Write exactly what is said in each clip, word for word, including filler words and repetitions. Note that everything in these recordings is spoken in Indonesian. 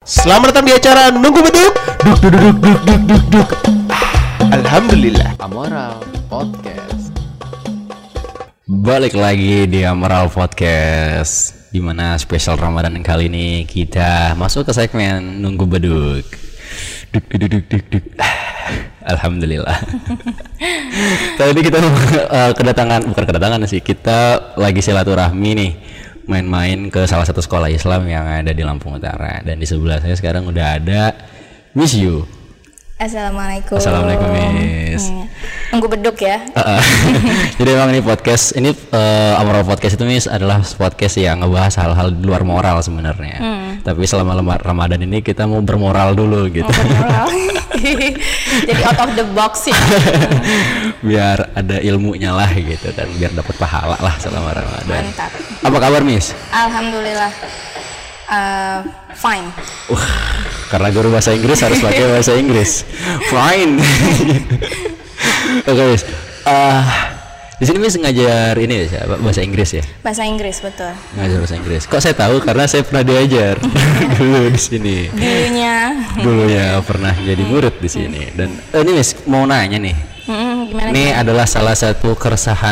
Selamat datang di acara Nunggu Beduk. Duk duk duk duk duk duk duk. Alhamdulillah. Amoral Podcast. Balik lagi di Amoral Podcast, di mana spesial Ramadan kali ini kita masuk ke segmen Nunggu Beduk. Duk duk duk duk duk. Alhamdulillah. Tadi kita uh, kedatangan bukan kedatangan sih, kita lagi silaturahmi nih, main-main ke salah satu sekolah Islam yang ada di Lampung Utara. Dan di sebelah saya sekarang udah ada Miss Yu. Assalamualaikum. Assalamualaikum Miss. Hmm. Nunggu beduk ya. Uh, uh. Jadi emang ini podcast ini uh, Amoral Podcast itu Miss adalah podcast yang ngebahas hal-hal di luar moral sebenarnya. Hmm. Tapi selama lemar Ramadan ini kita mau bermoral dulu gitu. Mau bermoral. Jadi out of the box ya. Biar ada ilmunya lah gitu, dan biar dapat pahala lah selama Ramadan. Mantap. Apa kabar Miss? Alhamdulillah. Uh, fine. Uh, karena guru bahasa Inggris harus pakai bahasa Inggris. Fine. Oke okay, Miss. Uh, di sini Miss ngajar ini ya, bahasa Inggris ya? Bahasa Inggris, betul. Ngajar bahasa Inggris. Kok saya tahu? Karena saya pernah diajar dulu di sini. Dulunya. Dulunya pernah jadi murid di sini. Dan eh, ini Miss mau nanya nih. Hmm, gimana? Ini kan? Adalah salah satu keresahan.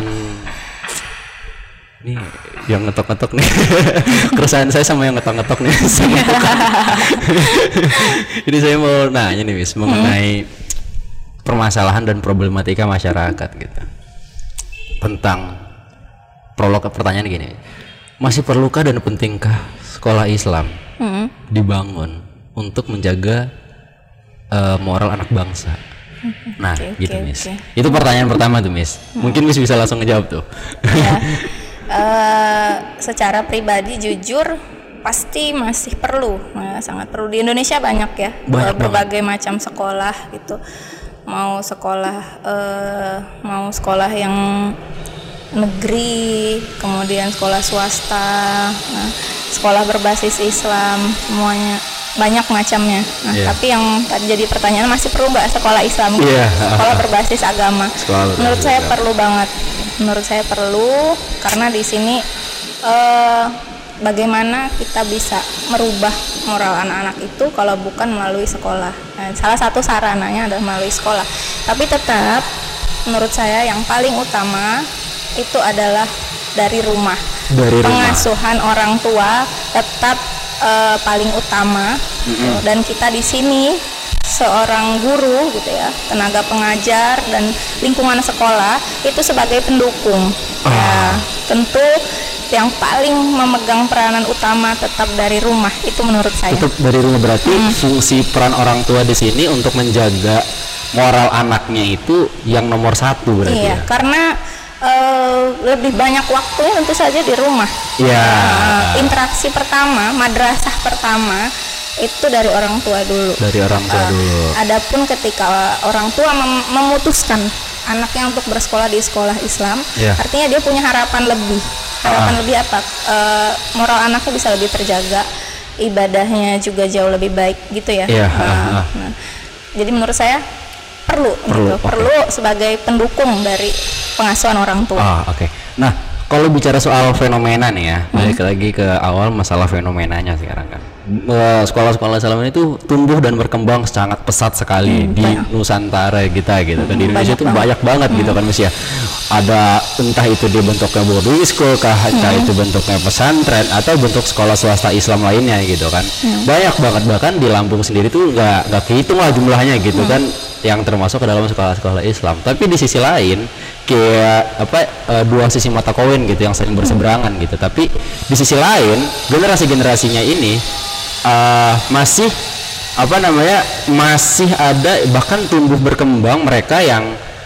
Nih yang ngetok-ngetok nih. Keresahan saya sama yang ngetok-ngetok nih. Jadi saya mau nanya nih Miss mengenai hmm. permasalahan dan problematika masyarakat gitu. Tentang prolog pertanyaan gini, masih perlukah dan pentingkah sekolah Islam hmm. dibangun untuk menjaga uh, moral anak bangsa? Nah, okay, gitu okay, Miss. Okay. Itu pertanyaan pertama tuh Miss. Hmm. Mungkin Miss bisa langsung ngejawab tuh. Ya. uh, secara pribadi jujur pasti masih perlu, nah, sangat perlu. Di Indonesia banyak ya, banyak berbagai banget. Macam sekolah gitu. Mau sekolah uh, mau sekolah yang negeri, kemudian sekolah swasta, nah, sekolah berbasis Islam, semuanya banyak macamnya. Nah, yeah. Tapi yang tadi jadi pertanyaan, masih perlu nggak sekolah Islam? Yeah. Sekolah berbasis agama? Sekolah berbasis Menurut saya agama. perlu banget. Menurut saya perlu karena di sini uh, bagaimana kita bisa merubah moral anak-anak itu kalau bukan melalui sekolah. Nah, salah satu sarananya adalah melalui sekolah. Tapi tetap menurut saya yang paling utama itu adalah dari rumah. Dari Pengasuhan rumah. Orang tua tetap uh, paling utama. Mm-hmm. Dan kita di sini seorang guru gitu ya, tenaga pengajar dan lingkungan sekolah itu sebagai pendukung. Ah. Ya, tentu yang paling memegang peranan utama tetap dari rumah, itu menurut saya. Tetap dari rumah, berarti hmm. fungsi peran orang tua di sini untuk menjaga moral anaknya itu yang nomor satu berarti. Iya, ya? Karena uh, lebih banyak waktunya tentu saja di rumah. Iya. Uh, interaksi pertama, madrasah pertama itu dari orang tua dulu. Dari orang tua uh, dulu. Adapun ketika orang tua mem- memutuskan anaknya untuk bersekolah di sekolah Islam, yeah. artinya dia punya harapan lebih. Harapan uh. lebih apa? Uh, moral anaknya bisa lebih terjaga, ibadahnya juga jauh lebih baik gitu ya. Yeah. Uh, uh. Nah, jadi menurut saya perlu, perlu, gitu. okay. perlu sebagai pendukung dari pengasuhan orang tua. Ah, oke. Okay. Nah, kalau bicara soal fenomena nih ya, hmm. balik lagi ke awal masalah fenomenanya sekarang kan. Sekolah-sekolah Islam itu tumbuh dan berkembang sangat pesat sekali hmm, di banyak. Nusantara kita gitu kan. Di Indonesia itu banyak banget hmm. gitu kan Mas ya. Ada entah itu dia bentuknya boarding school kah, entah hmm. itu bentuknya pesantren atau bentuk sekolah swasta Islam lainnya gitu kan. Hmm. Banyak banget, bahkan di Lampung sendiri tuh nggak nggak kehitung lah jumlahnya gitu hmm. kan, yang termasuk ke dalam sekolah-sekolah Islam. Tapi di sisi lain kayak apa uh, dua sisi mata koin gitu yang saling berseberangan hmm. gitu. Tapi di sisi lain generasi-generasinya ini uh, masih apa namanya masih ada, bahkan tumbuh berkembang mereka yang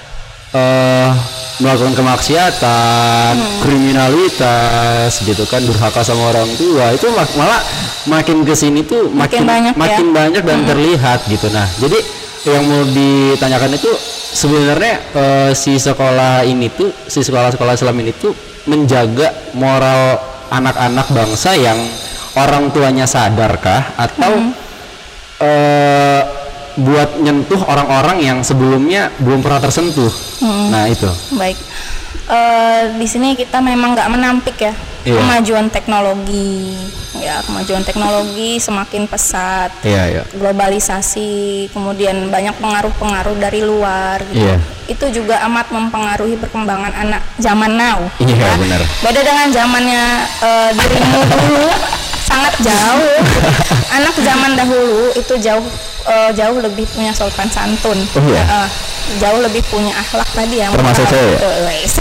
uh, melakukan kemaksiatan, hmm. kriminalitas gitu kan, durhaka sama orang tua. Itu mak- malah makin kesini tuh makin makin banyak, makin ya? banyak dan hmm. terlihat gitu. Nah, jadi yang mau ditanyakan itu sebenarnya uh, si sekolah ini tuh, si sekolah-sekolah Islam ini tuh menjaga moral anak-anak bangsa yang orang tuanya sadarkah atau hmm. uh, buat nyentuh orang-orang yang sebelumnya belum pernah tersentuh. Hmm. Nah itu. Baik. Uh, di sini kita memang nggak menampik ya Iya. Kemajuan teknologi, ya kemajuan teknologi semakin pesat, Iya, iya. globalisasi, kemudian banyak pengaruh-pengaruh dari luar, gitu. Iya. Itu juga amat mempengaruhi perkembangan anak zaman now. Iya, ya. benar. Beda dengan zamannya uh, dirimu dulu, sangat jauh. Anak zaman dahulu itu jauh uh, jauh lebih punya sopan santun. Oh, iya. Uh, jauh lebih punya akhlak tadi yang termasuk saya ya?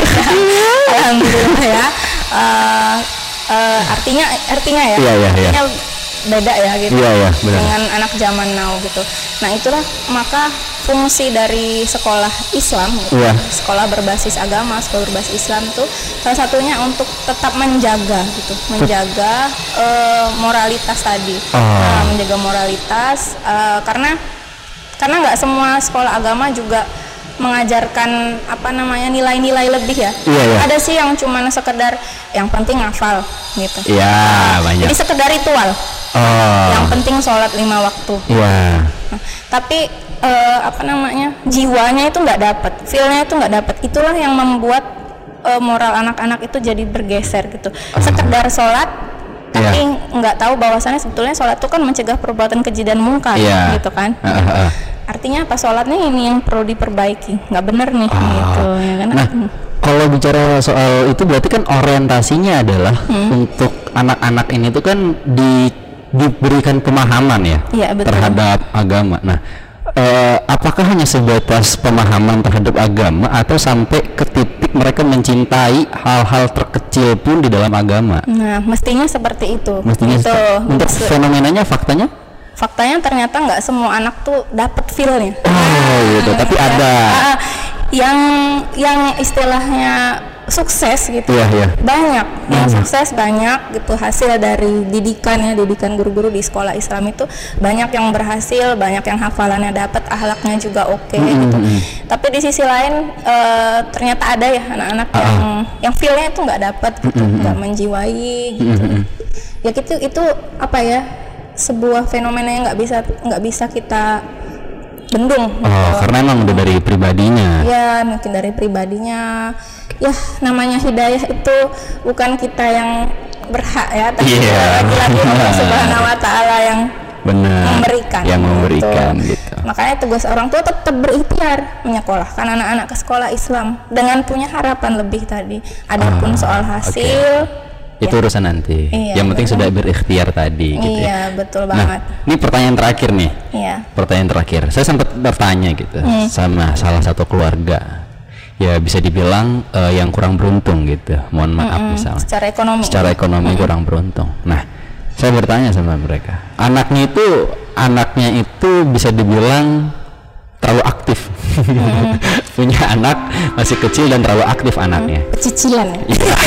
Alhamdulillah ya. Uh, uh, artinya artinya ya, iya, iya, iya. artinya beda ya gitu, iya, iya, dengan anak zaman now gitu. Nah itulah maka fungsi dari sekolah Islam, gitu. Iya. Sekolah berbasis agama, sekolah berbasis Islam itu salah satunya untuk tetap menjaga gitu, menjaga uh, moralitas tadi, oh. nah, menjaga moralitas uh, karena karena nggak semua sekolah agama juga mengajarkan apa namanya nilai-nilai lebih ya. Iya, iya. Ada sih yang cuma sekedar yang penting hafal gitu. Iya, nah, banyak. Jadi sekedar ritual. Oh. Yang penting sholat lima waktu. Iya. Nah, tapi uh, apa namanya jiwanya itu nggak dapat, feelnya itu nggak dapat. Itulah yang membuat uh, moral anak-anak itu jadi bergeser gitu. Uh. Sekedar sholat tapi yeah. nggak tahu bahwasannya sebetulnya sholat itu kan mencegah perbuatan keji dan mungkar, yeah. gitu kan. Uh, uh, uh. Artinya apa, sholatnya ini yang perlu diperbaiki, nggak bener nih, oh. gitu ya kan. Nah, kalau bicara soal itu berarti kan orientasinya adalah hmm. untuk anak-anak ini tuh kan di, diberikan pemahaman ya, ya betul. terhadap agama. Nah, eh, apakah hanya sebatas pemahaman terhadap agama atau sampai ke titik mereka mencintai hal-hal terkecil pun di dalam agama? Nah, mestinya seperti itu. Mestinya gitu. Untuk fenomenanya, faktanya? Faktanya ternyata nggak semua anak tuh dapat feel-nya. Oh gitu, tapi ya, ada uh, yang yang istilahnya sukses gitu. Iya, iya. Banyak hmm. yang sukses banyak gitu, hasil dari didikan ya, didikan guru-guru di sekolah Islam itu banyak yang berhasil, banyak yang hafalannya dapat, akhlaknya juga oke okay, hmm. gitu. Tapi di sisi lain uh, ternyata ada ya anak-anak uh-uh. yang yang feel-nya itu nggak dapat gitu, nggak hmm. menjiwai gitu. Hmm. Ya gitu, itu apa ya? Sebuah fenomena yang nggak bisa nggak bisa kita bendung. Oh, gitu. Karena emang udah dari pribadinya. Ya, mungkin dari pribadinya. Ya, namanya hidayah itu bukan kita yang berhak ya, tapi yeah. lagi-lagi Allah Subhanahu wa taala yang benar memberikan. Yang memberikan gitu. gitu. Makanya tugas orang tua tetap berikhtiar menyekolahkan anak-anak ke sekolah Islam dengan punya harapan lebih tadi. Adapun oh, soal hasil okay. itu ya. Urusan nanti. Iya, yang penting betul. Sudah berikhtiar tadi gitu. Iya, betul nah, banget. Ini pertanyaan terakhir nih. Iya. Pertanyaan terakhir. Saya sempat bertanya gitu hmm. sama salah satu keluarga. Ya bisa dibilang uh, yang kurang beruntung gitu. Mohon maaf mm-mm. misalnya. Secara ekonomi. Secara ekonomi mm-mm. kurang beruntung. Nah, saya bertanya sama mereka. Anaknya itu anaknya itu bisa dibilang terlalu aktif. Hmm. Punya anak masih kecil dan terlalu aktif anaknya. Cicilan ya.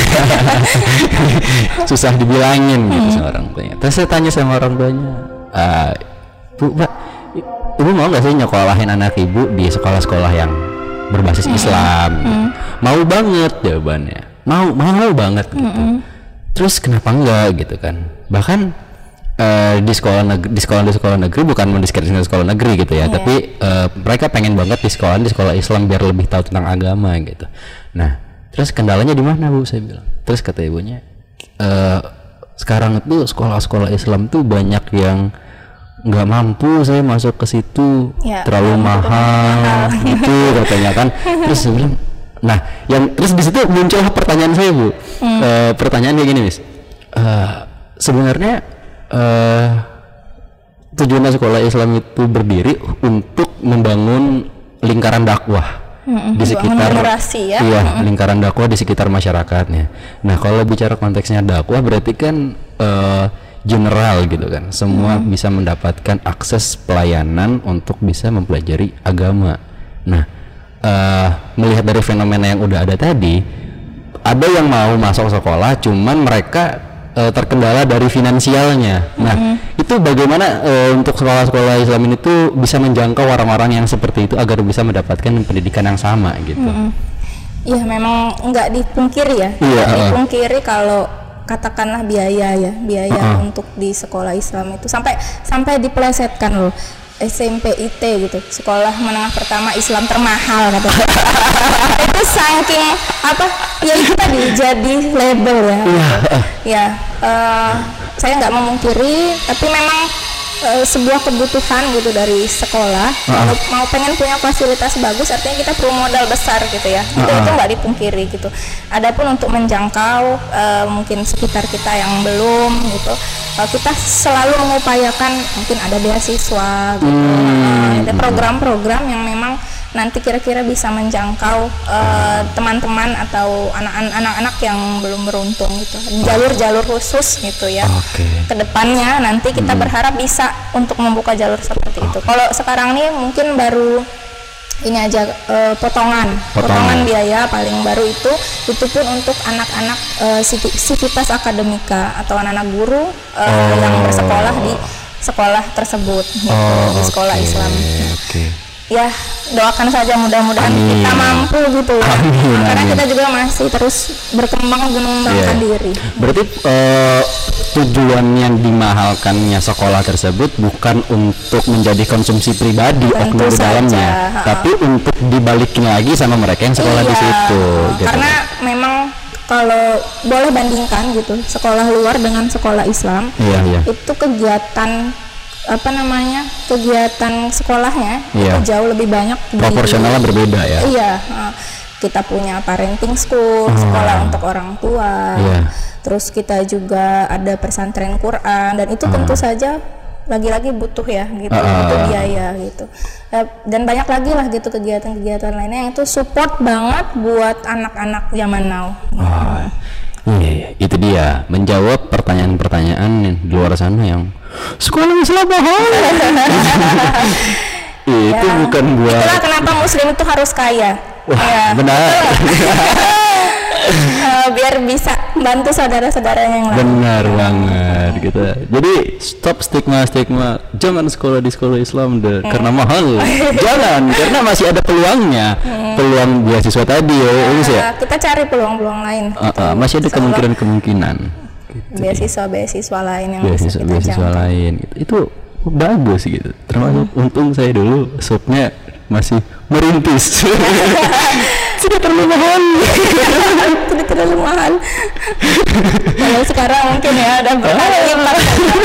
Susah dibilangin gitu hmm. sama orang tuanya. Terus saya tanya sama orang tuanya, uh, Bu, Pak, Ibu mau nggak sih nyekolahin anak Ibu di sekolah-sekolah yang berbasis hmm. Islam? Gitu. Hmm. Mau banget jawabannya. Mau, mau banget gitu. Hmm. Terus kenapa enggak gitu kan? Bahkan Uh, di sekolah negeri, di sekolah di sekolah negeri bukan mendiskreditkan sekolah negeri gitu ya, yeah. tapi uh, mereka pengen banget di sekolah di sekolah Islam biar lebih tahu tentang agama gitu. Nah, terus kendalanya di mana Bu? Saya bilang. Terus kata ibunya, uh, sekarang itu sekolah-sekolah Islam tuh banyak yang nggak mampu saya masuk ke situ, yeah, terlalu mahal, mahal gitu katanya kan. Terus saya bilang, nah, yang terus di situ muncullah pertanyaan saya Bu. Hmm. Uh, pertanyaan kayak gini, Miss. Uh, sebenarnya Uh, tujuan sekolah Islam itu berdiri untuk membangun lingkaran dakwah mm-hmm. di sekitar ya? iya mm-hmm. lingkaran dakwah di sekitar masyarakatnya. Nah kalau bicara konteksnya dakwah berarti kan uh, general gitu kan, semua mm-hmm. bisa mendapatkan akses pelayanan untuk bisa mempelajari agama. Nah uh, melihat dari fenomena yang udah ada tadi, ada yang mau masuk sekolah cuman mereka Uh, terkendala dari finansialnya. Nah, mm-hmm. itu bagaimana uh, untuk sekolah-sekolah Islam ini tuh bisa menjangkau orang-orang yang seperti itu agar bisa mendapatkan pendidikan yang sama gitu. Mm-hmm. Ya, memang nggak dipungkiri ya. Iya, uh, dipungkiri kalau katakanlah biaya ya, biaya uh-uh. untuk di sekolah Islam itu sampai sampai dipelesetkan loh. S M P I T gitu, sekolah menengah pertama Islam termahal kata. Itu saking apa ya itu tadi jadi label ya. Ya uh, saya nggak memungkiri, tapi memang uh, sebuah kebutuhan gitu dari sekolah. Kalau uh-uh. mau pengen punya fasilitas bagus, artinya kita perlu modal besar gitu ya. Itu uh-uh. itu nggak dipungkiri gitu. Adapun untuk menjangkau uh, mungkin sekitar kita yang belum gitu, uh, kita selalu mengupayakan mungkin ada beasiswa gitu, hmm. uh, ada program-program yang memang nanti kira-kira bisa menjangkau uh, teman-teman atau anak-anak yang belum beruntung gitu, jalur-jalur khusus gitu ya. Okay. Kedepannya nanti kita hmm. berharap bisa untuk membuka jalur seperti okay. itu. Kalau sekarang nih mungkin baru ini aja uh, potongan, potongan potongan biaya paling baru itu itu pun untuk anak-anak uh, sivitas akademika atau anak-anak guru uh, oh. yang bersekolah di sekolah tersebut gitu, oh, di sekolah okay. Islam. Okay. Ya doakan saja mudah-mudahan amin. Kita mampu gitu ya. Amin, karena amin. Kita juga masih terus berkembang dan mengembangkan yeah. diri. Berarti uh, tujuannya dimahalkannya sekolah tersebut bukan untuk menjadi konsumsi pribadi oknum di dalamnya, ha-ha. tapi untuk dibalikin lagi sama mereka yang sekolah iya, di situ. Gitu. Karena memang kalau boleh bandingkan gitu sekolah luar dengan sekolah Islam, iya, iya. itu kegiatan apa namanya kegiatan sekolahnya iya. itu jauh lebih banyak, proporsionalnya di, berbeda ya. Iya, kita punya parenting school, oh. sekolah untuk orang tua, iya. terus kita juga ada pesantren Quran, dan itu oh. tentu saja lagi-lagi butuh ya gitu, uh. butuh biaya gitu, dan banyak lagi lah gitu kegiatan-kegiatan lainnya yang itu support banget buat anak-anak zaman now. Oh. Iya, itu dia menjawab pertanyaan-pertanyaan di luar sana yang sekolah Islam mahal. Itu ya, bukan buat. Itulah kenapa Muslim itu harus kaya. Wah, ya, benar. uh, biar bisa bantu saudara-saudaranya yang lain. Benar banget gitu. Jadi stop stigma-stigma. Jangan sekolah di sekolah Islam deh, hmm. karena mahal. Jangan, karena masih ada peluangnya. Hmm. Peluang beasiswa tadi ya, uh, ya. Kita cari peluang-peluang lain. Uh, uh, masih ada kemungkinan-kemungkinan. Gitu. Beasiswa-beasiswa lain yang beasiswa, bisa kita beasiswa lain gitu. Itu bagus gitu. Termasuk hmm. untung saya dulu subnya masih merintis. Sudah terlalu mahal. Sudah terlalu mahal. Kalau sekarang mungkin ya ada berkali lipat.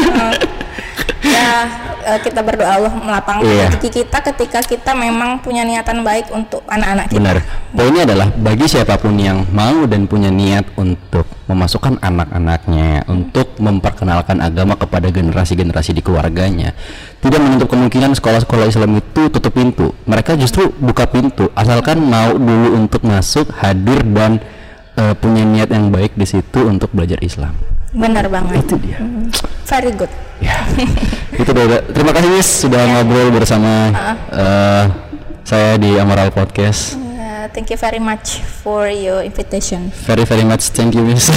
Ya kita berdoa Allah melapangkan yeah. rezeki kita ketika kita memang punya niatan baik untuk anak-anak kita. Benar. Poinnya adalah bagi siapapun yang mau dan punya niat untuk memasukkan anak-anaknya hmm. untuk memperkenalkan agama kepada generasi-generasi di keluarganya, tidak menutup kemungkinan sekolah-sekolah Islam itu tutup pintu. Mereka justru buka pintu asalkan mau dulu untuk masuk, hadir dan uh, punya niat yang baik di situ untuk belajar Islam. Benar banget. Itu dia. Hmm. Very good. Ya. Itu dia. Terima kasih Miss sudah yeah. ngobrol bersama uh-uh. uh, saya di Amoral Podcast. Uh, thank you very much for your invitation. Very very much. Thank you Miss.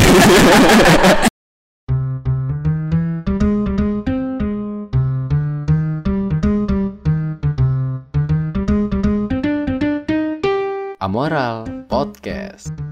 Amoral Podcast.